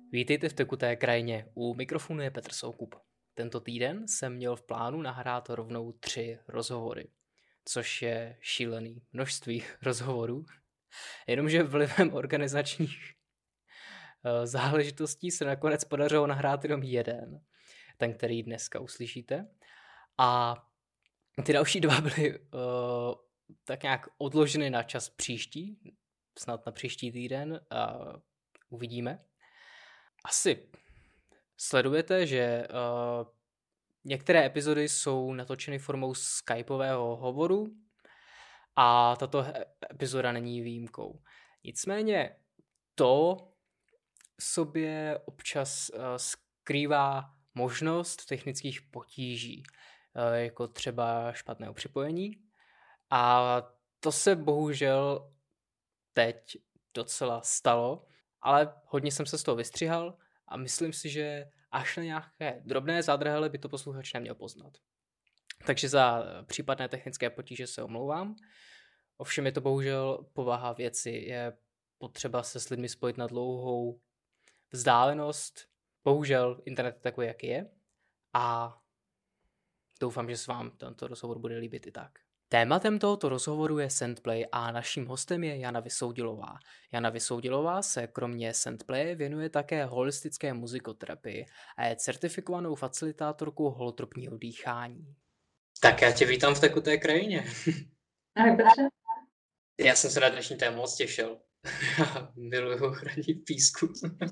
Vítejte v Tekuté krajině, u mikrofonu je Petr Soukup. Tento týden jsem měl v plánu nahrát rovnou 3 rozhovory, což je šílený množství rozhovorů, jenomže vlivem organizačních záležitostí se nakonec podařilo nahrát jenom jeden, ten, který dneska uslyšíte. A ty další 2 byly tak nějak odloženy na čas příští, snad na příští týden, uvidíme. Asi sledujete, že některé epizody jsou natočeny formou skypového hovoru a tato epizoda není výjimkou. Nicméně to v sobě občas skrývá možnost technických potíží, jako třeba špatného připojení. A to se bohužel teď docela stalo, ale hodně jsem se z toho vystřihal a myslím si, že až na nějaké drobné zádrhely by to posluchač neměl poznat. Takže za případné technické potíže se omlouvám. Ovšem je to bohužel povaha věci. Je potřeba se s lidmi spojit na dlouhou vzdálenost. Bohužel internet je takový, jaký je. A doufám, že se vám tento rozhovor bude líbit i tak. Tématem tohoto rozhovoru je Sandplay a naším hostem je Jana Vysoudilová. Jana Vysoudilová se kromě Sandplaye věnuje také holistické muzikoterapii a je certifikovanou facilitátorkou holotropního dýchání. Tak já tě vítám v Tekuté krajině. Ahoj Petře. Já jsem se na dnešní téma moc těšil. Miluju hraní písku.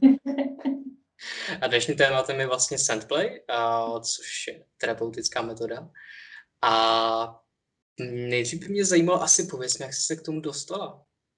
A dnešním tématem je vlastně Sandplay, což je terapeutická metoda. A nejdřív by mě zajímalo, asi pověz mi, jak jsi se k tomu dostala.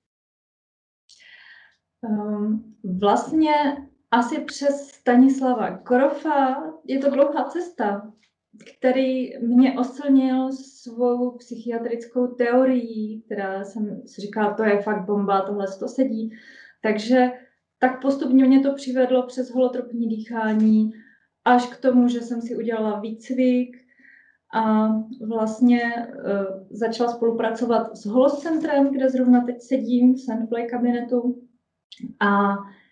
Vlastně asi přes Stanislava Grofa. Je to dlouhá cesta, který mě oslnil svou psychiatrickou teorií, která jsem si říkala, to je fakt bomba, tohle to sedí. Takže tak postupně mě to přivedlo přes holotropní dýchání až k tomu, že jsem si udělala výcvik a vlastně začala spolupracovat s Holocentrem, kde zrovna teď sedím v Sandplay kabinetu. A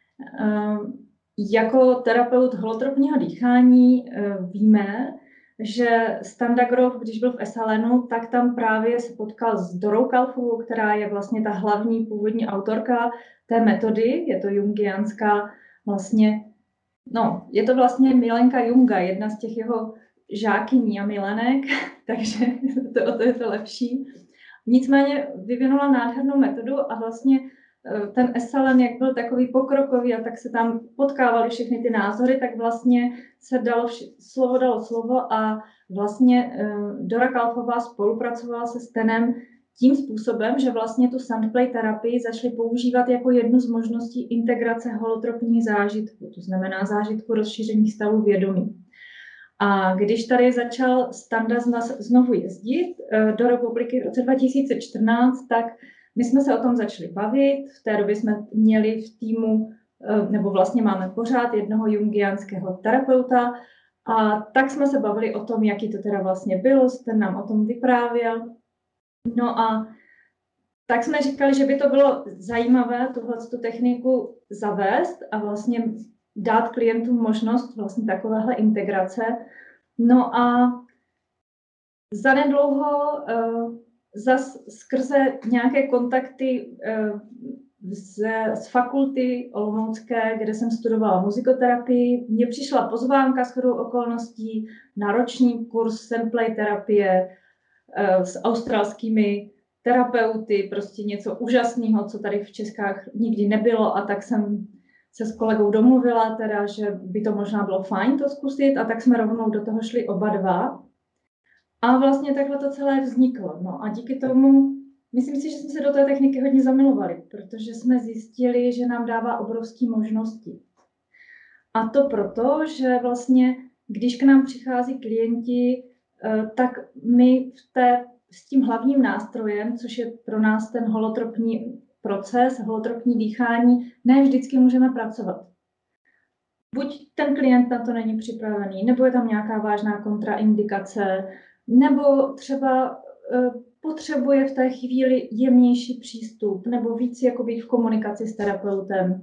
jako terapeut holotropního dýchání víme, že Standa Grof, když byl v Esalenu, tak tam právě se potkal s Dorou Kalfovou, která je vlastně ta hlavní původní autorka té metody. Je to jungianská vlastně, je to vlastně milenka Junga, jedna z těch jeho žákyní a milenek, takže o to je to lepší. Nicméně vyvinula nádhernou metodu a vlastně ten Esalen, jak byl takový pokrokový a tak se tam potkávaly všechny ty názory, tak vlastně se dalo slovo a vlastně Dora Kalfová spolupracovala se Stenem tím způsobem, že vlastně tu Sandplay terapii začali používat jako jednu z možností integrace holotropních zážitků, to znamená zážitku rozšířených stavů vědomí. A když tady začal Standa znovu jezdit do republiky v roce 2014, tak my jsme se o tom začali bavit. V té době jsme měli v týmu, nebo vlastně máme pořád jednoho jungianského terapeuta. A tak jsme se bavili o tom, jaký to teda vlastně bylo, ten nám o tom vyprávěl. No a tak jsme říkali, že by to bylo zajímavé tuhletu techniku zavést a vlastně dát klientům možnost vlastně takovéhle integrace. No a zanedlouho zas skrze nějaké kontakty z fakulty olomoucké, kde jsem studovala muzikoterapii, mně přišla pozvánka shodou okolností na roční kurz Sandplay terapie s australskými terapeuty, prostě něco úžasného, co tady v Čechách nikdy nebylo, a tak jsem se s kolegou domluvila, teda, že by to možná bylo fajn to zkusit, a tak jsme rovnou do toho šli oba dva. A vlastně takhle to celé vzniklo. No a díky tomu, myslím si, že jsme se do té techniky hodně zamilovali, protože jsme zjistili, že nám dává obrovské možnosti. A to proto, že vlastně, když k nám přichází klienti, tak my s tím hlavním nástrojem, což je pro nás ten holotropní proces, holotropní dýchání, ne vždycky můžeme pracovat. Buď ten klient na to není připravený, nebo je tam nějaká vážná kontraindikace, nebo třeba potřebuje v té chvíli jemnější přístup, nebo víc jakoby v komunikaci s terapeutem.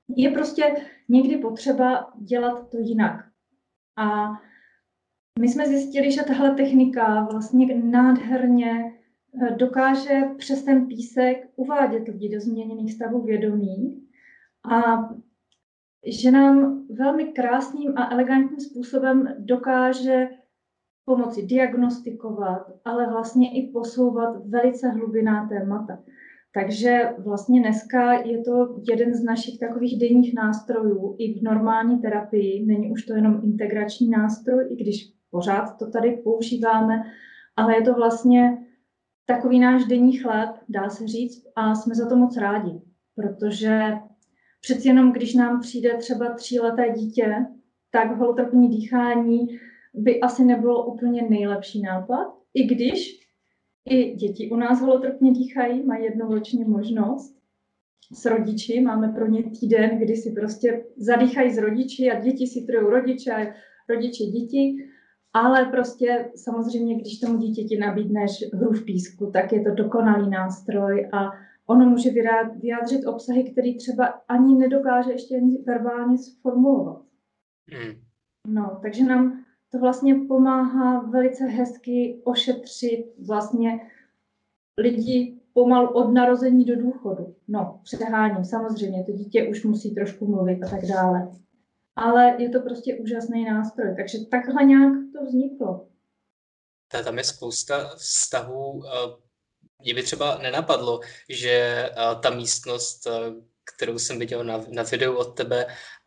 je prostě někdy potřeba dělat to jinak. A my jsme zjistili, že tahle technika vlastně nádherně dokáže přes ten písek uvádět lidi do změněných stavů vědomí a že nám velmi krásným a elegantním způsobem dokáže pomoci diagnostikovat, ale vlastně i posouvat velice hlubinná témata. Takže vlastně dneska je to jeden z našich takových denních nástrojů i v normální terapii. Není už to jenom integrační nástroj, i když pořád to tady používáme, ale je to vlastně takový náš denní chléb, dá se říct, a jsme za to moc rádi, protože přeci jenom, když nám přijde třeba 3leté dítě, tak holotropní dýchání by asi nebylo úplně nejlepší nápad, i když i děti u nás holotropně dýchají, mají jednou ročně možnost s rodiči, máme pro ně týden, kdy si prostě zadýchají s rodiči a děti si trujou rodiče a rodiče děti, ale prostě samozřejmě, když tomu dítěti nabídneš hru v písku, tak je to dokonalý nástroj a ono může vyjádřit obsahy, které třeba ani nedokáže ještě ani verbálně sformulovat. No, takže nám to vlastně pomáhá velice hezky ošetřit vlastně lidi pomalu od narození do důchodu. No, přeháním, samozřejmě, to dítě už musí trošku mluvit a tak dále. Ale je to prostě úžasný nástroj, takže takhle nějak to vzniklo. Tam je spousta vztahů. Mě by třeba nenapadlo, že ta místnost, kterou jsem viděl na videu od tebe,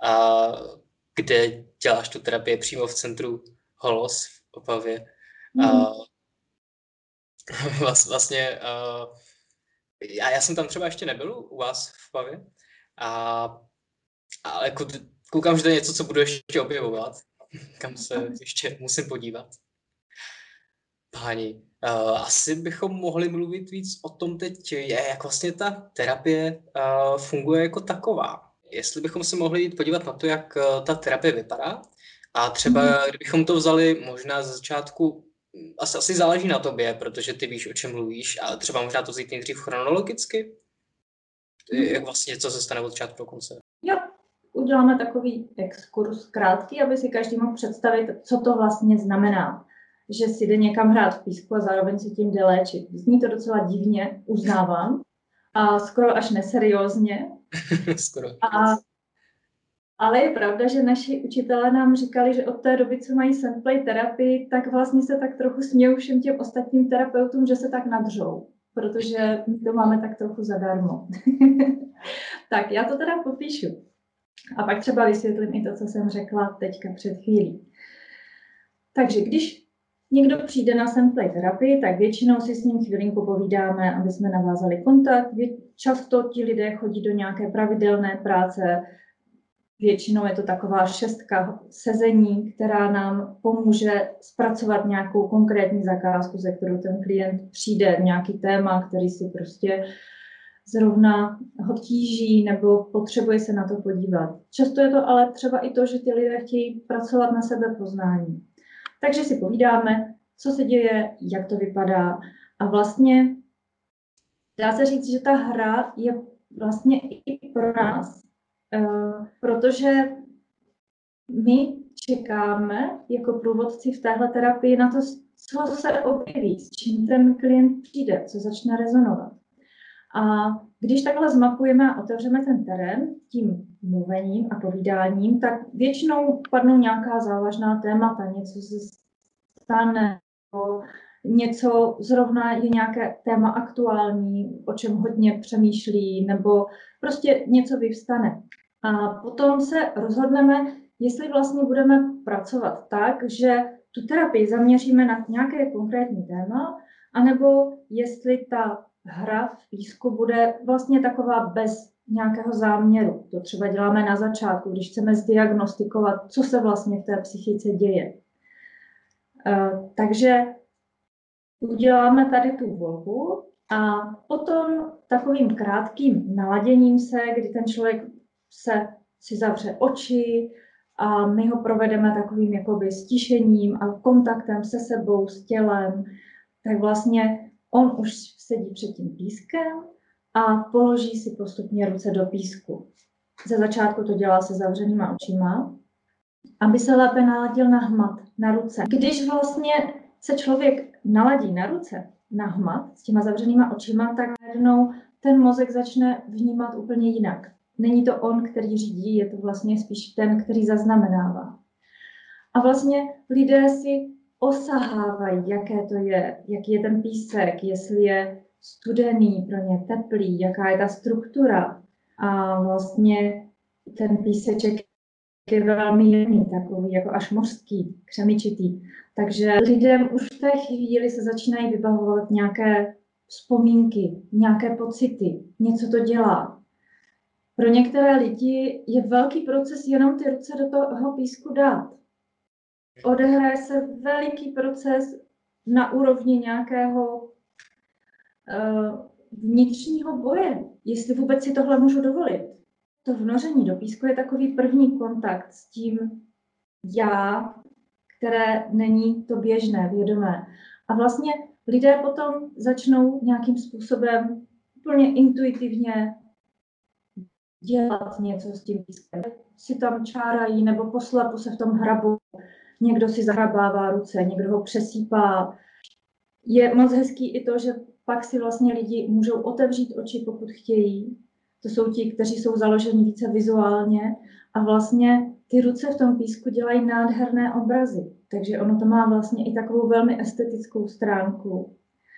kde děláš tu terapii přímo v centru Holos v Opavě. Vlastně já jsem tam třeba ještě nebyl u vás v Opavě, ale koukám, že to je něco, co budu ještě objevovat, kam se ještě musím podívat. Páni, asi bychom mohli mluvit víc o tom teď, jak vlastně ta terapie funguje jako taková. Jestli bychom se mohli jít podívat na to, jak ta terapie vypadá a třeba kdybychom to vzali možná ze začátku, asi záleží na tobě, protože ty víš, o čem mluvíš, a třeba možná to vzít nejdřív chronologicky, jak vlastně co se stane od začátku do konce. Jo, uděláme takový exkurs krátký, aby si každý mohl představit, co to vlastně znamená, že si jde někam hrát v písku a zároveň si tím jde léčit. Zní to docela divně, uznávám, a skoro až neseriózně. Skoro. Ale je pravda, že naši učitelé nám říkali, že od té doby, co mají Sandplay terapii, tak vlastně se tak trochu smějou všem těm ostatním terapeutům, že se tak nadřou, protože my to máme tak trochu zadarmo. Tak já to teda popíšu. A pak třeba vysvětlím i to, co jsem řekla teďka před chvílí. Takže když někdo přijde na Sandplay terapii, tak většinou si s ním chvilinku povídáme, aby jsme navázali kontakt. Často ti lidé chodí do nějaké pravidelné práce. Většinou je to taková 6 sezení, která nám pomůže zpracovat nějakou konkrétní zakázku, ze kterou ten klient přijde, nějaký téma, který si prostě zrovna ho tíží nebo potřebuje se na to podívat. Často je to ale třeba i to, že ty lidé chtějí pracovat na sebepoznání. Takže si povídáme, co se děje, jak to vypadá. A vlastně dá se říct, že ta hra je vlastně i pro nás, protože my čekáme jako průvodci v téhle terapii na to, co se objeví, s čím ten klient přijde, co začne rezonovat. A když takhle zmapujeme a otevřeme ten terén tím mluvením a povídáním, tak většinou padnou nějaká závažná témata, něco se stane, něco zrovna je nějaké téma aktuální, o čem hodně přemýšlí, nebo prostě něco vyvstane. A potom se rozhodneme, jestli vlastně budeme pracovat tak, že tu terapii zaměříme na nějaké konkrétní téma, anebo jestli ta hra v písku bude vlastně taková bez nějakého záměru. To třeba děláme na začátku, když chceme zdiagnostikovat, co se vlastně v té psychice děje. Takže uděláme tady tu volbu a potom takovým krátkým naladěním se, kdy ten člověk si zavře oči a my ho provedeme takovým jakoby stišením a kontaktem se sebou, s tělem, tak vlastně on už sedí před tím pískem a položí si postupně ruce do písku. Ze začátku to dělá se zavřenýma očima, aby se lépe naladil na hmat, na ruce. Když vlastně se člověk naladí na ruce, na hmat s těma zavřenýma očima, tak najednou ten mozek začne vnímat úplně jinak. Není to on, který řídí, je to vlastně spíš ten, který zaznamenává. A vlastně lidé si osahávají, jaké to je, jaký je ten písek, jestli je studený, pro ně teplý, jaká je ta struktura. A vlastně ten píseček je velmi jemný, takový jako až mořský, křemičitý. Takže lidem už v té chvíli se začínají vybavovat nějaké vzpomínky, nějaké pocity, něco to dělá. Pro některé lidi je velký proces jenom ty ruce do toho písku dát. Odehraje se veliký proces na úrovni nějakého vnitřního boje, jestli vůbec si tohle můžu dovolit. To vnoření do písku je takový první kontakt s tím já, které není to běžné, vědomé. A vlastně lidé potom začnou nějakým způsobem úplně intuitivně dělat něco s tím pískem. Si tam čárají nebo poslepu se v tom hrabou. Někdo si zahrabává ruce, někdo ho přesýpá. Je moc hezký i to, že pak si vlastně lidi můžou otevřít oči, pokud chtějí. To jsou ti, kteří jsou založeni více vizuálně a vlastně ty ruce v tom písku dělají nádherné obrazy. Takže ono to má vlastně i takovou velmi estetickou stránku.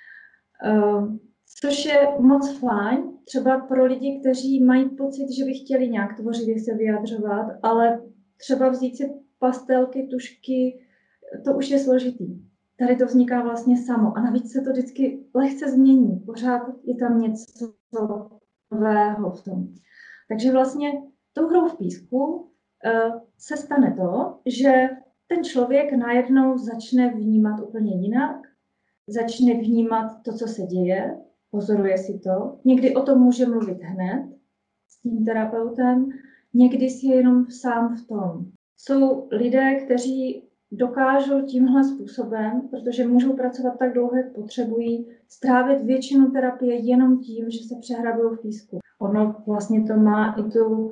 Což je moc fajn, třeba pro lidi, kteří mají pocit, že by chtěli nějak tvořivě se vyjadřovat, ale třeba vzít si pastelky, tužky, to už je složitý. Tady to vzniká vlastně samo a navíc se to vždycky lehce změní. Pořád je tam něco nového v tom. Takže vlastně tou hrou v písku se stane to, že ten člověk najednou začne vnímat úplně jinak, začne vnímat to, co se děje, pozoruje si to. Někdy o tom může mluvit hned s tím terapeutem, někdy si je jenom sám v tom. Jsou lidé, kteří dokážou tímhle způsobem, protože můžou pracovat tak dlouho, jak potřebují, strávit většinu terapie jenom tím, že se přehrabují v písku. Ono vlastně to má i tu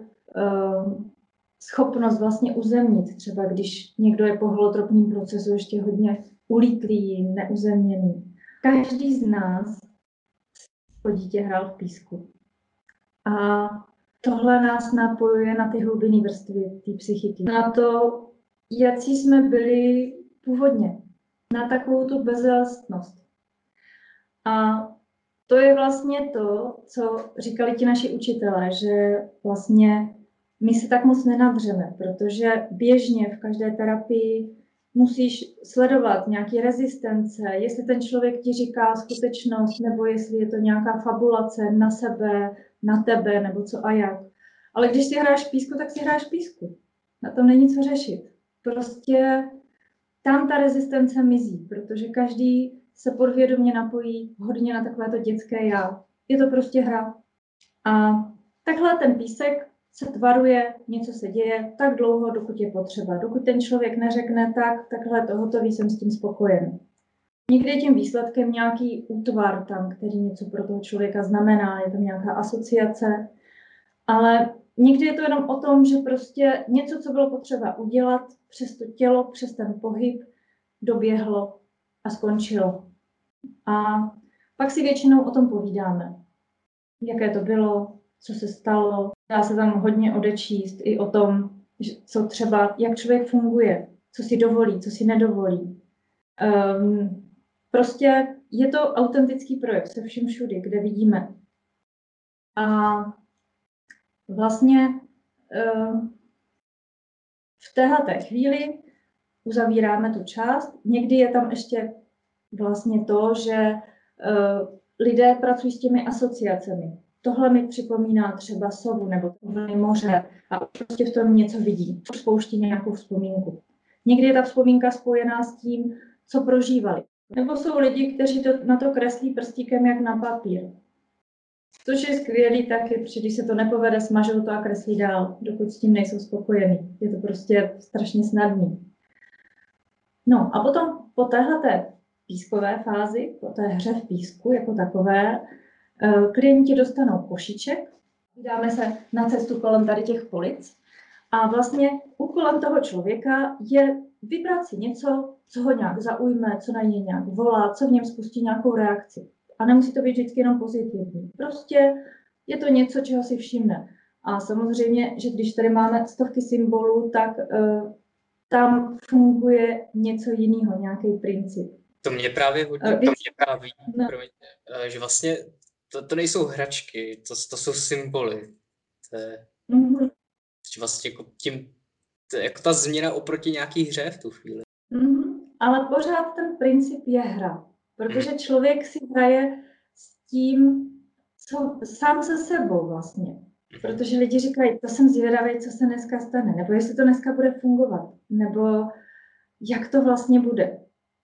schopnost vlastně uzemnit. Třeba když někdo je po holotropním procesu ještě hodně ulítlý, neuzemněný. Každý z nás po dítě hrál v písku. A tohle nás napojuje na ty hlubinné vrstvy té psychiky. Na to, jací jsme byli původně. Na takovou tu bezelstnost. A to je vlastně to, co říkali ti naši učitelé, že vlastně my se tak moc nenadřeme, protože běžně v každé terapii musíš sledovat nějaké rezistence, jestli ten člověk ti říká skutečnost, nebo jestli je to nějaká fabulace na sebe, na tebe, nebo co a jak. Ale když si hráš písku, tak si hráš písku. Na tom není co řešit. Prostě tam ta rezistence mizí, protože každý se podvědomě napojí hodně na takovéto dětské já. Je to prostě hra. A takhle ten písek se tvaruje, něco se děje tak dlouho, dokud je potřeba. Dokud ten člověk neřekne takhle je to hotový, jsem s tím spokojen. Někdy je tím výsledkem nějaký útvar tam, který něco pro toho člověka znamená, je tam nějaká asociace, ale někdy je to jenom o tom, že prostě něco, co bylo potřeba udělat, přes to tělo, přes ten pohyb, doběhlo a skončilo. A pak si většinou o tom povídáme. Jaké to bylo, co se stalo. Dá se tam hodně odečíst i o tom, co třeba, jak člověk funguje, co si dovolí, co si nedovolí. Prostě je to autentický projev se vším všudy, kde vidíme. A vlastně v téhleté chvíli uzavíráme tu část. Někdy je tam ještě vlastně to, že lidé pracují s těmi asociacemi. Tohle mi připomíná třeba sovu nebo tohle moře a prostě v tom něco vidí. Spouští nějakou vzpomínku. Někdy je ta vzpomínka spojená s tím, co prožívali. Nebo jsou lidi, kteří na to kreslí prstíkem jak na papír. Což je skvělý taky, protože když se to nepovede, smažou to a kreslí dál, dokud s tím nejsou spokojení. Je to prostě strašně snadný. No a potom po téhleté pískové fázi, po té hře v písku jako takové, klienti dostanou košíček, Vydáme se na cestu kolem tady těch polic a vlastně úkolem toho člověka je vybrat si něco, co ho nějak zaujme, co na něj nějak volá, co v něm spustí nějakou reakci. A nemusí to být vždycky jenom pozitivní. Prostě je to něco, čeho si všimne. A samozřejmě, že když tady máme stovky symbolů, tak tam funguje něco jiného, nějaký princip. To mě právě hodně baví, no. Že vlastně to nejsou hračky, to jsou symboly. To je vlastně jako ta změna oproti nějaký hře v tu chvíli. Ale pořád ten princip je hra, protože člověk si hraje s tím, co sám se sebou vlastně. Protože lidi říkají, to jsem zvědavý, co se dneska stane, nebo jestli to dneska bude fungovat, nebo jak to vlastně bude,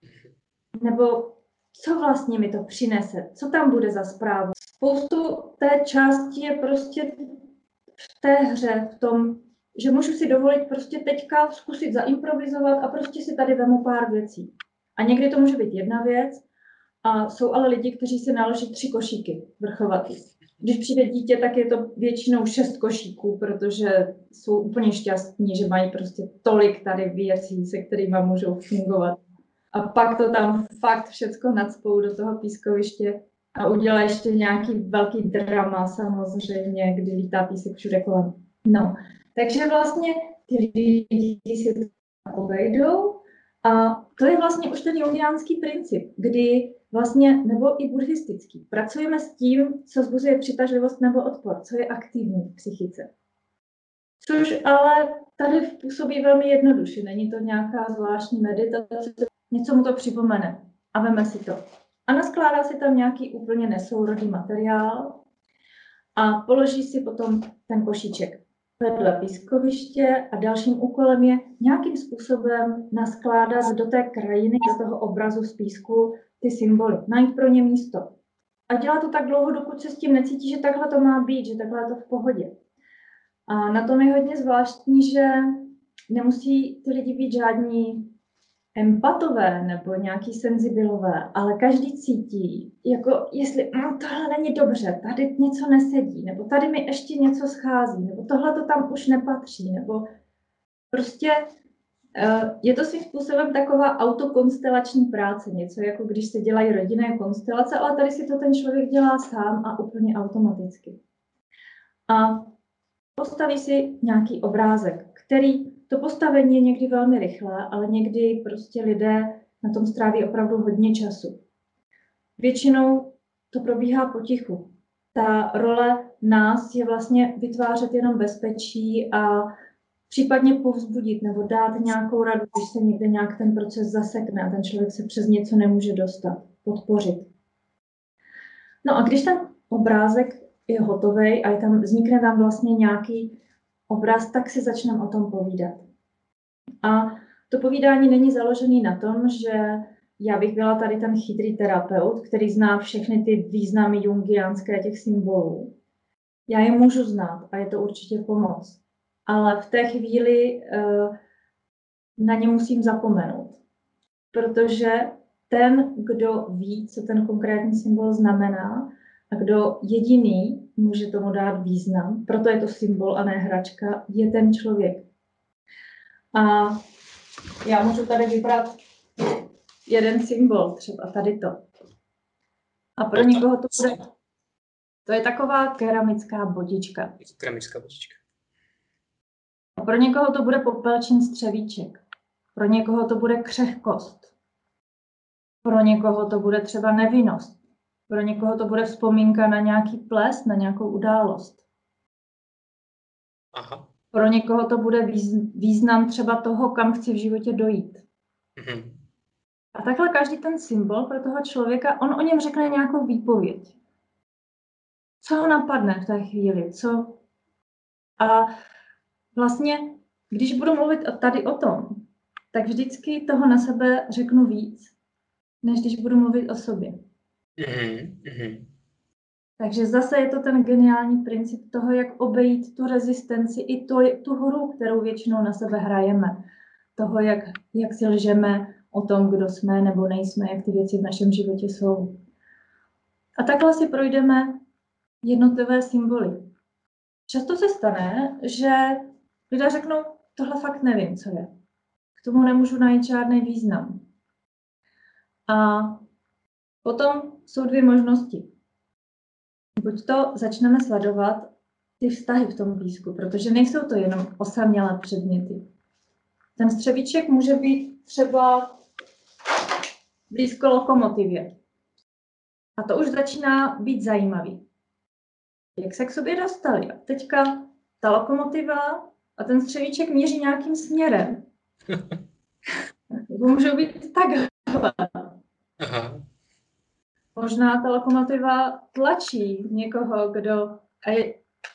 nebo co vlastně mi to přinese, co tam bude za zprávu. Spoustu té části je prostě v té hře, v tom, že můžu si dovolit prostě teďka zkusit zaimprovizovat a prostě si tady vemu pár věcí. A někdy to může být jedna věc, a jsou ale lidi, kteří si naloží 3 košíky vrchovatý. Když přijde dítě, tak je to většinou 6 košíků, protože jsou úplně šťastní, že mají prostě tolik tady věcí, se kterými můžou fungovat. A pak to tam fakt všecko nacpou do toho pískoviště a udělá ještě nějaký velký drama samozřejmě, kdy lítá písek všude kolem. No, takže vlastně ty lidi si to obejdou a to je vlastně už ten jungiánský princip, kdy vlastně, nebo i buddhistický, pracujeme s tím, co vzbuzuje přitažlivost nebo odpor, co je aktivní v psychice. Což ale tady působí velmi jednoduše, není to nějaká zvláštní meditace, něco mu to připomene a veme si to. A naskládá si tam nějaký úplně nesourodý materiál a položí si potom ten košíček vedle pískoviště a dalším úkolem je nějakým způsobem naskládat do té krajiny, do toho obrazu z písku ty symboly, najít pro ně místo. A dělá to tak dlouho, dokud se s tím necítí, že takhle to má být, že takhle je to v pohodě. A na tom je hodně zvláštní, že nemusí ty lidi být žádní empatové nebo nějaký senzibilové, ale každý cítí, jako jestli tohle není dobře, tady něco nesedí, nebo tady mi ještě něco schází, nebo tohle to tam už nepatří, nebo prostě je to svým způsobem taková autokonstelační práce, něco jako když se dělají rodinné konstelace, ale tady si to ten člověk dělá sám a úplně automaticky. A postaví si nějaký obrázek, který to postavení je někdy velmi rychlé, ale někdy prostě lidé na tom stráví opravdu hodně času. Většinou to probíhá potichu. Ta role nás je vlastně vytvářet jenom bezpečí a případně povzbudit nebo dát nějakou radu, když se někde nějak ten proces zasekne a ten člověk se přes něco nemůže dostat, podpořit. No a když ten obrázek je hotový a vznikne tam vlastně nějaký obraz, tak si začneme o tom povídat. A to povídání není založené na tom, že já bych byla tady ten chytrý terapeut, který zná všechny ty významy jungiánské těch symbolů. Já je můžu znát a je to určitě pomoc. Ale v té chvíli na ně musím zapomenout. Protože ten, kdo ví, co ten konkrétní symbol znamená a kdo jediný může tomu dát význam, proto je to symbol a ne hračka, je ten člověk. A já můžu tady vybrat jeden symbol, třeba tady to. A pro někoho to bude... To je taková keramická bodička. Keramická bodička. A pro někoho to bude popelčin střevíček. Pro někoho to bude křehkost. Pro někoho to bude třeba nevinnost. Pro někoho to bude vzpomínka na nějaký ples, na nějakou událost. Aha. Pro někoho to bude význam třeba toho, kam chci v životě dojít. Mhm. A takhle každý ten symbol pro toho člověka, on o něm řekne nějakou výpověď. Co ho napadne v té chvíli? A vlastně, když budu mluvit tady o tom, tak vždycky toho na sebe řeknu víc, než když budu mluvit o sobě. Mm-hmm. Takže zase je to ten geniální princip toho, jak obejít tu rezistenci i tu hru, kterou většinou na sebe hrajeme. Toho, jak si lžeme o tom, kdo jsme nebo nejsme, jak ty věci v našem životě jsou. A takhle si projdeme jednotlivé symboly. často se stane, že lidé řeknou, tohle fakt nevím, co je. K tomu nemůžu najít žádný význam. A potom jsou dvě možnosti. Buď to začneme sledovat ty vztahy v tom písku, protože nejsou to jenom osamělé předměty. Ten střevíček může být třeba blízko lokomotivě. A to už začíná být zajímavý. Jak se k sobě dostali? A teďka ta lokomotiva a ten střevíček míří nějakým směrem. Můžou být takhle. Aha. Možná ta lokomotiva tlačí někoho, kdo... A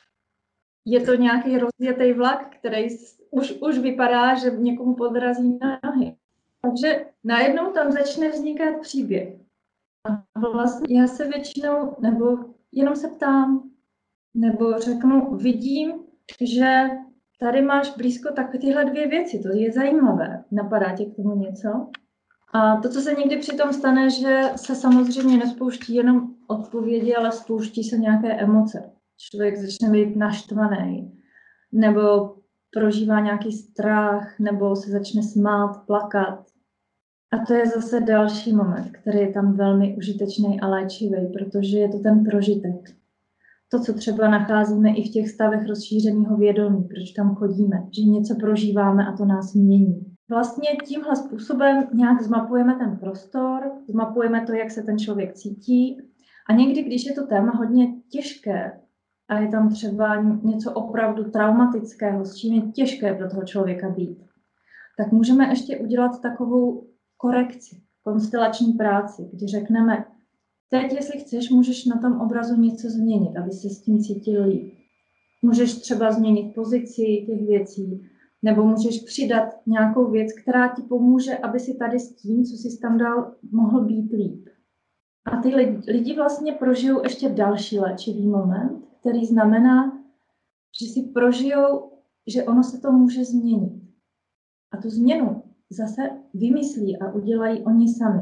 je to nějaký rozjetý vlak, který už vypadá, že někomu podrazí nohy. Takže najednou tam začne vznikat příběh. A vlastně já se většinou, nebo jenom se ptám, nebo řeknu, vidím, že tady máš blízko tak tyhle dvě věci, to je zajímavé. Napadá tě k tomu něco? A to, co se někdy přitom stane, že se samozřejmě nespouští jenom odpovědi, ale spouští se nějaké emoce. Člověk začne být naštvaný, nebo prožívá nějaký strach, nebo se začne smát, plakat. A to je zase další moment, který je tam velmi užitečný a léčivý, protože je to ten prožitek. To, co třeba nacházíme i v těch stavech rozšířeného vědomí, proč tam chodíme, že něco prožíváme a to nás mění. Vlastně tímhle způsobem nějak zmapujeme ten prostor, zmapujeme to, jak se ten člověk cítí. A někdy, když je to téma hodně těžké a je tam třeba něco opravdu traumatického, s čím je těžké pro toho člověka být, tak můžeme ještě udělat takovou korekci, konstelační práci, kdy řekneme, teď, jestli chceš, můžeš na tom obrazu něco změnit, aby se s tím cítil líp. Můžeš třeba změnit pozici těch věcí, nebo můžeš přidat nějakou věc, která ti pomůže, aby si tady s tím, co jsi tam dal, mohl být líp. A ty lidi vlastně prožijou ještě další léčivý moment, který znamená, že si prožijou, že ono se to může změnit. A tu změnu zase vymyslí a udělají oni sami.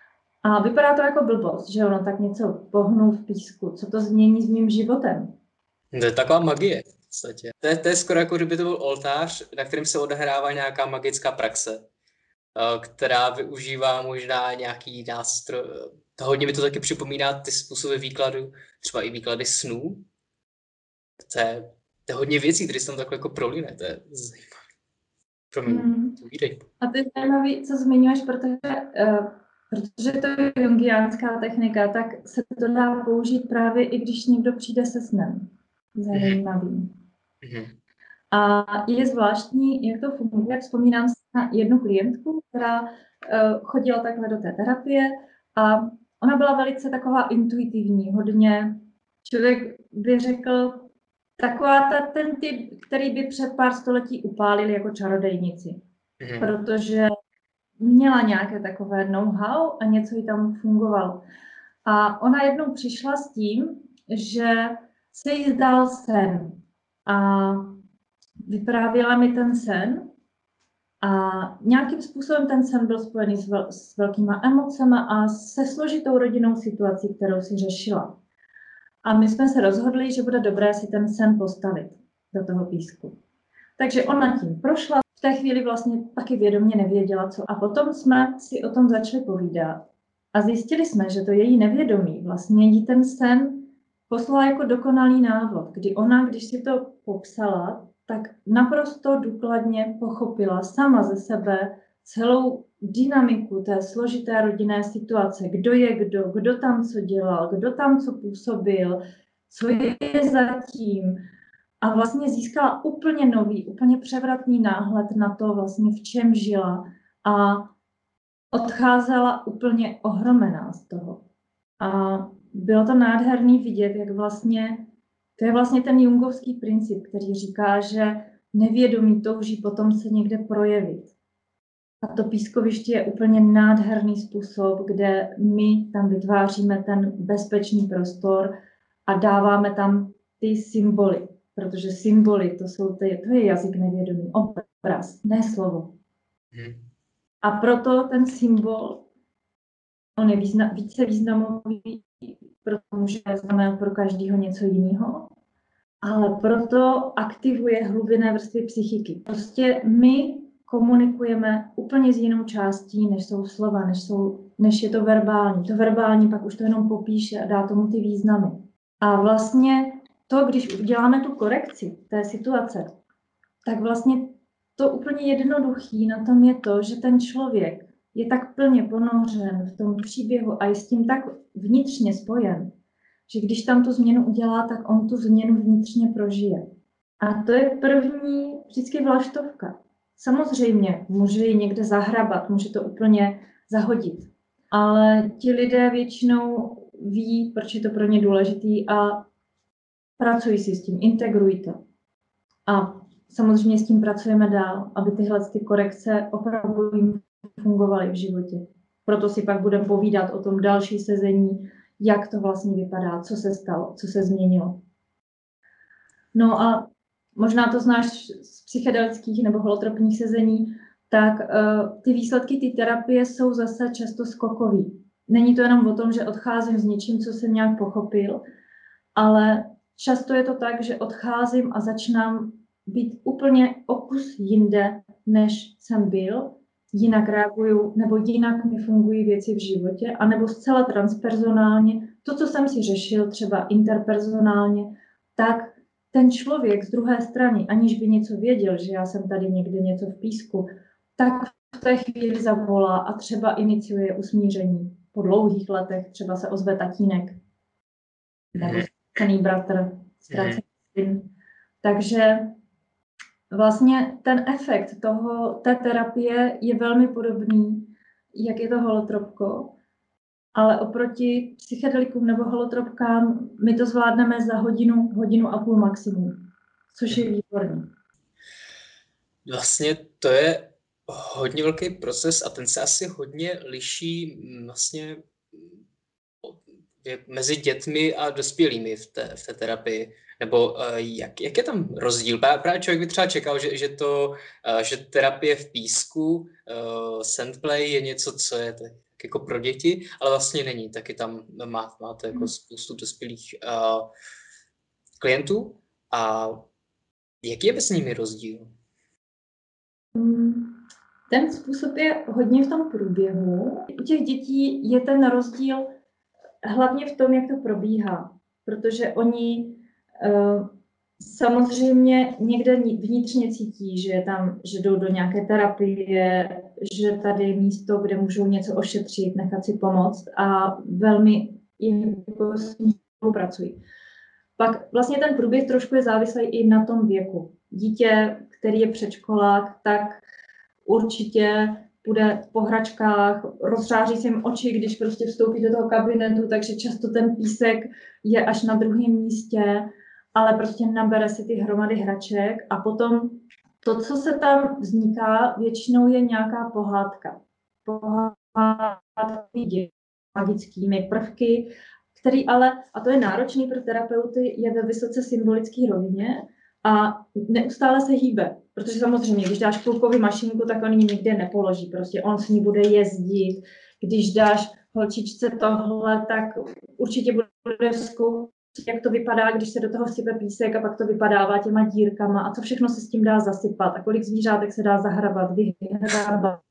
A vypadá to jako blbost, že ono tak něco pohnu v písku. Co to změní s mým životem? To je taková magie v podstatě. To je skoro jako kdyby to byl oltář, na kterém se odehrává nějaká magická praxe, která využívá možná nějaký nástroj. Hodně mi to taky připomíná ty způsoby výkladu, třeba i výklady snů. To je hodně věcí, které se tam takhle jako prolíne. To je zajímavé. Promiň, povídej. A to je zajímavé, co zmiňuješ, protože to je jungiánská technika, tak se to dá použít právě i když někdo přijde se snem. Zajímavý. A je zvláštní, jak to funguje. Vzpomínám si na jednu klientku, která chodila takhle do té terapie a ona byla velice taková intuitivní, hodně člověk by řekl, ten typ, který by před pár století upálili jako čarodejnici. Protože měla nějaké takové know-how a něco jí tam fungovalo. A ona jednou přišla s tím, že se jí zdál sen. A vyprávěla mi ten sen. A nějakým způsobem ten sen byl spojený s velkýma emocemi a se složitou rodinnou situací, kterou si řešila. A my jsme se rozhodli, že bude dobré si ten sen postavit do toho písku. Takže ona tím prošla. V té chvíli vlastně taky vědomě nevěděla, co. A potom jsme si o tom začali povídat. A zjistili jsme, že to její nevědomí vlastně jí ten sen poslala jako dokonalý návod, kdy ona, když si to popsala, tak naprosto důkladně pochopila sama ze sebe celou dynamiku té složité rodinné situace. Kdo je kdo tam co dělal, kdo tam co působil, co je zatím. A vlastně získala úplně nový, úplně převratný náhled na to, vlastně v čem žila. A odcházela úplně ohromená z toho. A bylo to nádherný vidět, jak vlastně, to je vlastně ten jungovský princip, který říká, že nevědomí touží potom se někde projevit. A to pískoviště je úplně nádherný způsob, kde my tam vytváříme ten bezpečný prostor a dáváme tam ty symboly. Protože symboly, to je jazyk nevědomí, obraz, ne slovo. A proto ten symbol, on je více významový, protože může znamenat pro každého něco jiného. ale proto aktivuje hlubinné vrstvy psychiky. Prostě my komunikujeme úplně s jinou částí, než jsou slova, než je to verbální. To verbální pak už to jenom popíše a dá tomu ty významy. A vlastně to, když uděláme tu korekci té situace, tak vlastně to úplně jednoduchý na tom je to, že ten člověk je tak plně ponořen v tom příběhu a je s tím tak vnitřně spojen, že když tam tu změnu udělá, tak on tu změnu vnitřně prožije. A to je první vždycky vlaštovka. Samozřejmě může ji někde zahrabat, může to úplně zahodit, ale ti lidé většinou ví, proč je to pro ně důležitý a pracují si s tím, integrují to. A samozřejmě s tím pracujeme dál, aby tyhle ty korekce opravdu jim fungovaly v životě. Proto si pak budeme povídat o tom další sezení, jak to vlastně vypadá, co se stalo, co se změnilo. No a možná to znáš z psychedelických nebo holotropních sezení, tak ty výsledky té terapie jsou zase často skokový. Není to jenom o tom, že odcházím s něčím, co jsem nějak pochopil, ale často je to tak, že odcházím a začínám být úplně o kus jinde, než jsem byl, jinak reaguju, nebo jinak mi fungují věci v životě, anebo zcela transpersonálně. To, co jsem si řešil, třeba interpersonálně, tak ten člověk z druhé strany, aniž by něco věděl, že já jsem tady někde něco v písku, tak v té chvíli zavolá a třeba iniciuje usmíření. Po dlouhých letech třeba se ozve tatínek nebo ztracený bratr, ztracený syn. Takže vlastně ten efekt té terapie je velmi podobný, jak je to holotropko, ale oproti psychedelikům nebo holotropkám my to zvládneme za hodinu a půl maximum, což je výborný. Vlastně to je hodně velký proces a ten se asi hodně liší vlastně mezi dětmi a dospělými v té terapii. Nebo jak je tam rozdíl? Právě člověk by třeba čekal, že terapie v písku, sandplay je něco, co je tak jako pro děti, ale vlastně není. Taky tam máte jako spoustu dospělých klientů. A jaký je mezi nimi rozdíl? Ten způsob je hodně v tom průběhu. U těch dětí je ten rozdíl hlavně v tom, jak to probíhá, protože oni samozřejmě někde vnitřně cítí, že jdou do nějaké terapie, že tady je místo, kde můžou něco ošetřit, nechat si pomoct a velmi s tím spolupracují. Pak vlastně ten průběh trošku je závislý i na tom věku. Dítě, který je předškolák, tak určitě bude po hračkách, rozřáří se jim oči, když prostě vstoupí do toho kabinetu, takže často ten písek je až na druhém místě, ale prostě nabere si ty hromady hraček a potom to, co se tam vzniká, většinou je nějaká pohádka. Pohádky magickými prvky, který ale, a to je náročný pro terapeuty, je ve vysoce symbolické rovině a neustále se hýbe. Protože samozřejmě, když dáš klukovi mašinku, tak on ji nikde nepoloží. Prostě on s ní bude jezdit. Když dáš holčičce tohle, tak určitě bude zkoušet, jak to vypadá, když se do toho sype písek a pak to vypadává těma dírkama a co všechno se s tím dá zasypat a kolik zvířátek se dá zahrabat, vyhrabat.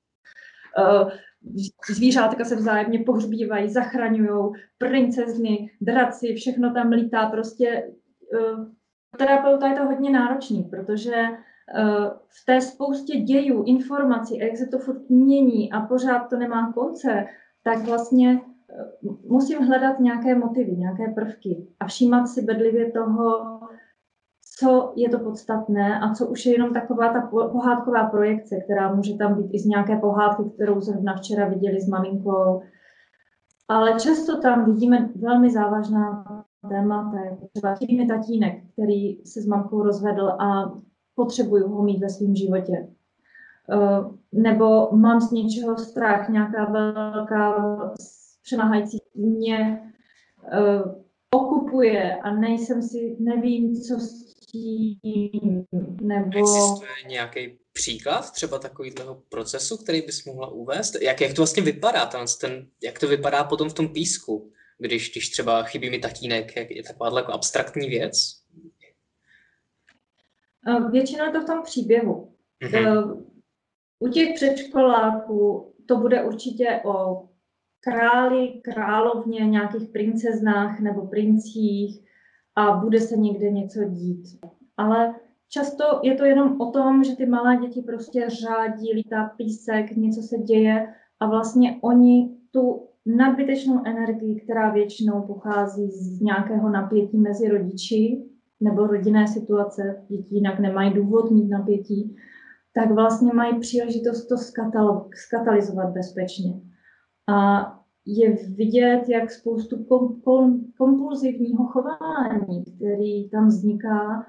Zvířátka se vzájemně pohřbívají, zachraňují, princezny, draci, všechno tam lítá. Prostě terapeuta je to hodně náročný, protože v té spoustě dějů, informací, a jak se to furt mění a pořád to nemá konce, tak vlastně musím hledat nějaké motivy, nějaké prvky a všímat si bedlivě toho, co je to podstatné a co už je jenom taková ta pohádková projekce, která může tam být i z nějaké pohádky, kterou zrovna včera viděli s maminkou. Ale často tam vidíme velmi závažná témata, třeba chybí mi tatínek, který se s mamkou rozvedl a potřebuju ho mít ve svém životě. Nebo mám z něčeho strach, nějaká velká přemáhající mě okupuje a nevím, co s tím, nebo... Existuje nějaký příklad třeba takového procesu, který bys mohla uvést? Jak to vlastně vypadá, jak to vypadá potom v tom písku, když třeba chybí mi tatínek, jak je taková jako abstraktní věc? Většinou je to v tom příběhu. Mhm. U těch předškoláků to bude určitě o králi, královně, nějakých princeznách nebo princích a bude se někde něco dít. Ale často je to jenom o tom, že ty malé děti prostě řádí, lítá písek, něco se děje a vlastně oni tu nadbytečnou energii, která většinou pochází z nějakého napětí mezi rodiči nebo rodinné situace, děti jinak nemají důvod mít napětí, tak vlastně mají příležitost to skatalizovat bezpečně. A je vidět, jak spoustu kompulzivního chování, který tam vzniká,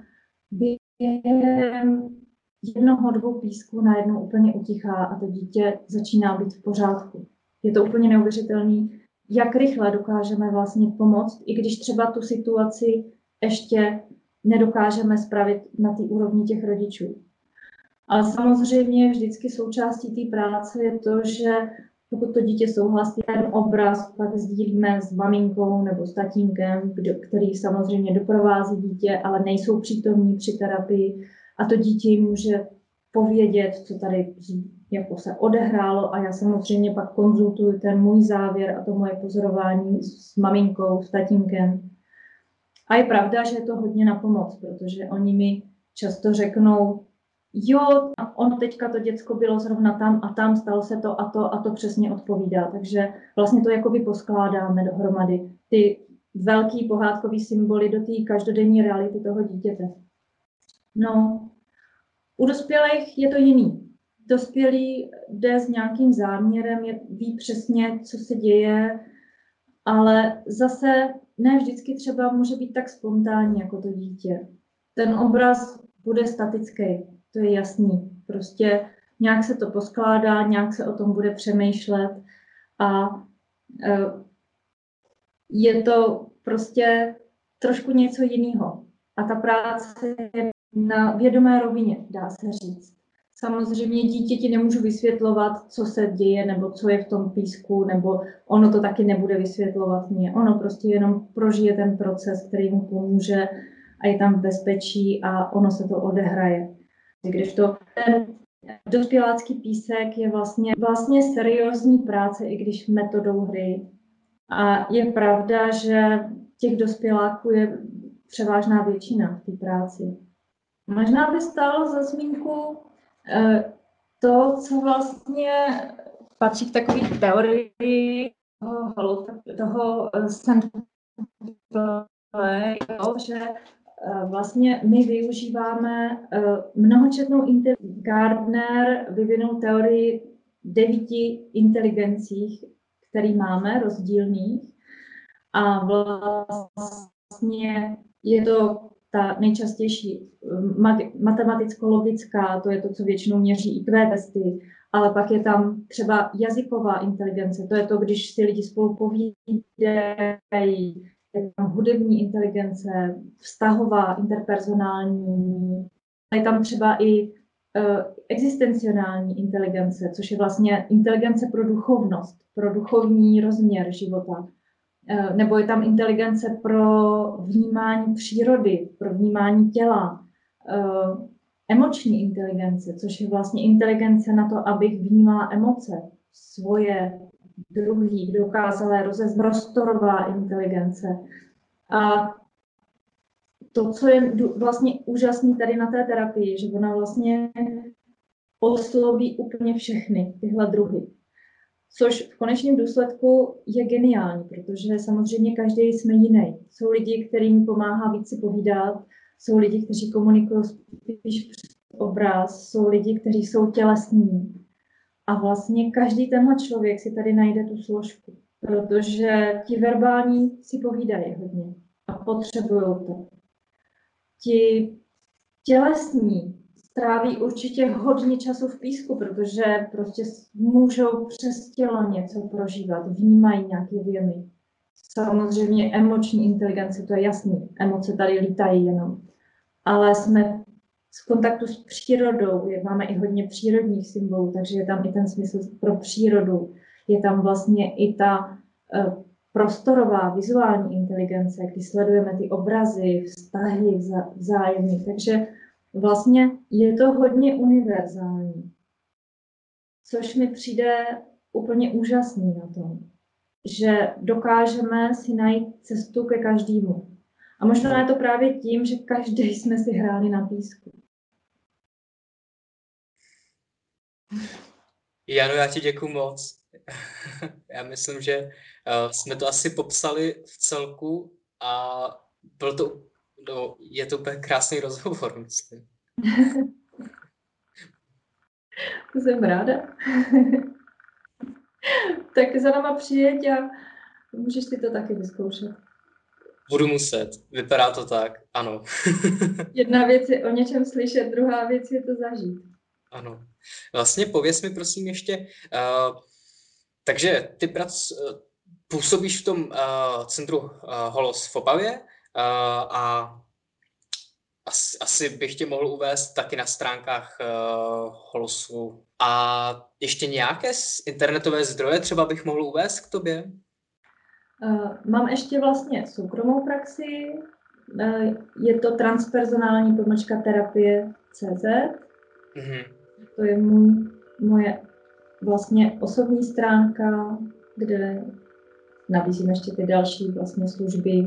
během 1-2 písků najednou úplně utichá a to dítě začíná být v pořádku. Je to úplně neuvěřitelné, jak rychle dokážeme vlastně pomoct, i když třeba tu situaci ještě nedokážeme spravit na té úrovni těch rodičů. Ale samozřejmě vždycky součástí té práce je to, že pokud to dítě souhlasí, ten obraz pak sdílíme s maminkou nebo s tatínkem, který samozřejmě doprovází dítě, ale nejsou přítomní při terapii a to dítě jim může povědět, co tady jako se odehrálo a já samozřejmě pak konzultuju ten můj závěr a to moje pozorování s maminkou, s tatínkem. A je pravda, že je to hodně na pomoc, protože oni mi často řeknou, jo, ono teďka to děcko bylo zrovna tam a tam, stalo se to a to přesně odpovídá. Takže vlastně to jakoby poskládáme dohromady. Ty velký pohádkový symboly do té každodenní reality toho dítěte. No, u dospělých je to jiný. Dospělý jde s nějakým záměrem, ví přesně, co se děje, ale zase ne vždycky třeba může být tak spontánní jako to dítě. Ten obraz bude statický, to je jasný. Prostě nějak se to poskládá, nějak se o tom bude přemýšlet a je to prostě trošku něco jiného. A ta práce je na vědomé rovině, dá se říct. Samozřejmě dítěti nemůžu vysvětlovat, co se děje, nebo co je v tom písku, nebo ono to taky nebude vysvětlovat mě. Ono prostě jenom prožije ten proces, který mu pomůže a je tam v bezpečí a ono se to odehraje. Když to ten dospělácký písek je vlastně seriózní práce, i když metodou hry. A je pravda, že těch dospěláků je převážná většina v té práci. Možná by stálo za zmínku to, co vlastně patří k takové teorii toho že vlastně my využíváme mnohočetnou Gardner vyvinul teorii 9 inteligencích, který máme, rozdílných. A vlastně je to ta nejčastější matematicko-logická, to je to, co většinou měří IQ testy, ale pak je tam třeba jazyková inteligence, to je to, když si lidi spolu povídají, je tam hudební inteligence, vztahová, interpersonální, je tam třeba i existenciální inteligence, což je vlastně inteligence pro duchovnost, pro duchovní rozměr života. Nebo je tam inteligence pro vnímání přírody, pro vnímání těla, emoční inteligence, což je vlastně inteligence na to, abych vnímala emoce, svoje, druhý, dokázala rozeznat, prostorová inteligence. A to, co je vlastně úžasné tady na té terapii, že ona vlastně osloví úplně všechny tyhle druhy. Což v konečném důsledku je geniální, protože samozřejmě každý jsme jiný. Jsou lidi, kterým pomáhá víc si povídat, jsou lidi, kteří komunikují spíš přes obraz, jsou lidi, kteří jsou tělesní. A vlastně každý tenhle člověk si tady najde tu složku, protože ti verbální si povídají hodně a potřebují to. Ti tělesní stráví určitě hodně času v písku, protože prostě můžou přes tělo něco prožívat, vnímají nějaké věmy. Samozřejmě emoční inteligence, to je jasný, emoce tady lítají jenom. Ale jsme v kontaktu s přírodou, máme i hodně přírodních symbolů, takže je tam i ten smysl pro přírodu. Je tam vlastně i ta prostorová, vizuální inteligence, kdy sledujeme ty obrazy, vztahy vzájemné. Takže Vlastně je to hodně univerzální, což mi přijde úplně úžasný na tom, že dokážeme si najít cestu ke každému. A možná je to právě tím, že každý jsme si hráli na písku. Jano, já ti děkuju moc. Já myslím, že jsme to asi popsali v celku a byl to, je to úplně krásný rozhovor, myslím. To jsem ráda. Tak za náma přijeď a můžeš si to taky vyzkoušet. Budu muset, vypadá to tak, ano. Jedna věc je o něčem slyšet, druhá věc je to zažít. Ano. Vlastně pověz mi prosím ještě, takže ty působíš v tom centru Holos v Opavě a asi bych tě mohl uvést taky na stránkách Holosu. A ještě nějaké internetové zdroje třeba bych mohl uvést k tobě? Mám ještě vlastně soukromou praxi, je to transpersonální-terapie.cz. Mm-hmm. To je moje vlastně osobní stránka, kde nabízím ještě ty další vlastně služby.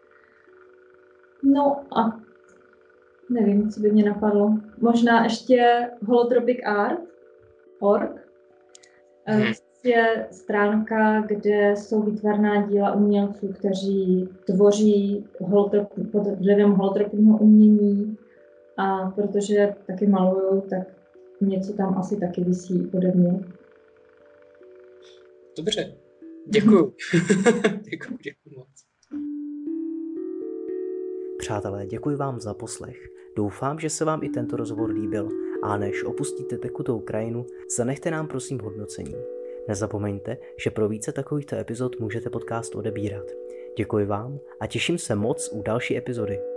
No a nevím, co by mě napadlo. Možná ještě holotropicart.org. Je stránka, kde jsou výtvarná díla umělců, kteří tvoří pod vlivem holotropního umění. A protože taky maluju, tak něco tam asi taky visí ode mě. Dobře, děkuju. Děkuju moc. Přátelé, děkuji vám za poslech. Doufám, že se vám i tento rozhovor líbil a než opustíte tekutou krajinu, zanechte nám prosím hodnocení. Nezapomeňte, že pro více takovýchto epizod můžete podcast odebírat. Děkuji vám a těším se moc u další epizody.